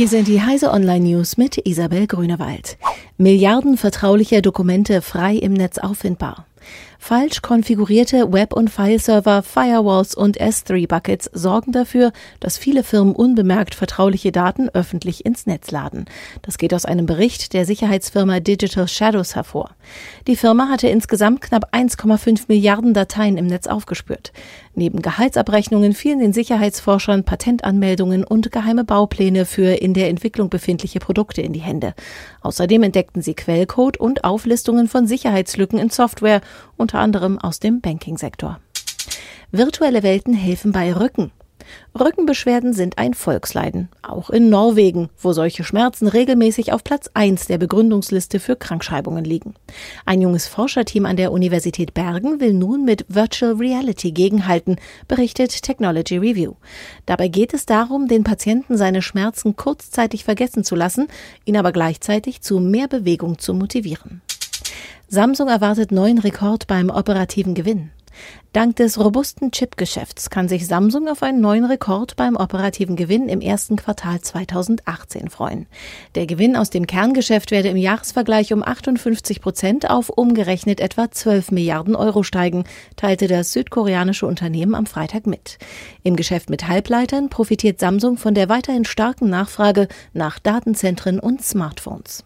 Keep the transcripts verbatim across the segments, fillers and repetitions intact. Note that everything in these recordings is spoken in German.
Hier sind die Heise Online News mit Isabel Grünewald. Milliarden vertraulicher Dokumente frei im Netz auffindbar. Falsch konfigurierte Web- und Fileserver, Firewalls und S drei Buckets sorgen dafür, dass viele Firmen unbemerkt vertrauliche Daten öffentlich ins Netz laden. Das geht aus einem Bericht der Sicherheitsfirma Digital Shadows hervor. Die Firma hatte insgesamt knapp eins Komma fünf Milliarden Dateien im Netz aufgespürt. Neben Gehaltsabrechnungen fielen den Sicherheitsforschern Patentanmeldungen und geheime Baupläne für in der Entwicklung befindliche Produkte in die Hände. Außerdem entdeckten sie Quellcode und Auflistungen von Sicherheitslücken in Software, unter anderem aus dem Banking-Sektor. Virtuelle Welten helfen bei Rücken. Rückenbeschwerden sind ein Volksleiden, auch in Norwegen, wo solche Schmerzen regelmäßig auf Platz eins der Begründungsliste für Krankschreibungen liegen. Ein junges Forscherteam an der Universität Bergen will nun mit Virtual Reality gegenhalten, berichtet Technology Review. Dabei geht es darum, den Patienten seine Schmerzen kurzzeitig vergessen zu lassen, ihn aber gleichzeitig zu mehr Bewegung zu motivieren. Samsung erwartet neuen Rekord beim operativen Gewinn. Dank des robusten Chipgeschäfts kann sich Samsung auf einen neuen Rekord beim operativen Gewinn im ersten Quartal zweitausendachtzehn freuen. Der Gewinn aus dem Kerngeschäft werde im Jahresvergleich um achtundfünfzig Prozent auf umgerechnet etwa zwölf Milliarden Euro steigen, teilte das südkoreanische Unternehmen am Freitag mit. Im Geschäft mit Halbleitern profitiert Samsung von der weiterhin starken Nachfrage nach Datenzentren und Smartphones.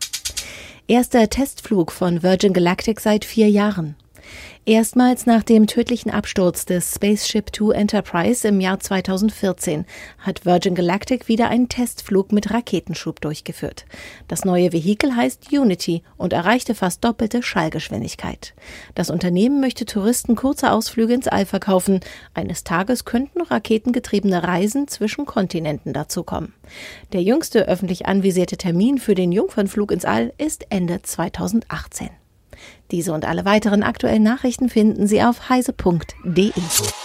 Erster Testflug von Virgin Galactic seit vier Jahren. Erstmals nach dem tödlichen Absturz des Spaceship Two Enterprise im Jahr zweitausendvierzehn hat Virgin Galactic wieder einen Testflug mit Raketenschub durchgeführt. Das neue Vehikel heißt Unity und erreichte fast doppelte Schallgeschwindigkeit. Das Unternehmen möchte Touristen kurze Ausflüge ins All verkaufen. Eines Tages könnten raketengetriebene Reisen zwischen Kontinenten dazukommen. Der jüngste öffentlich anvisierte Termin für den Jungfernflug ins All ist Ende zweitausendachtzehn. Diese und alle weiteren aktuellen Nachrichten finden Sie auf heise punkt de.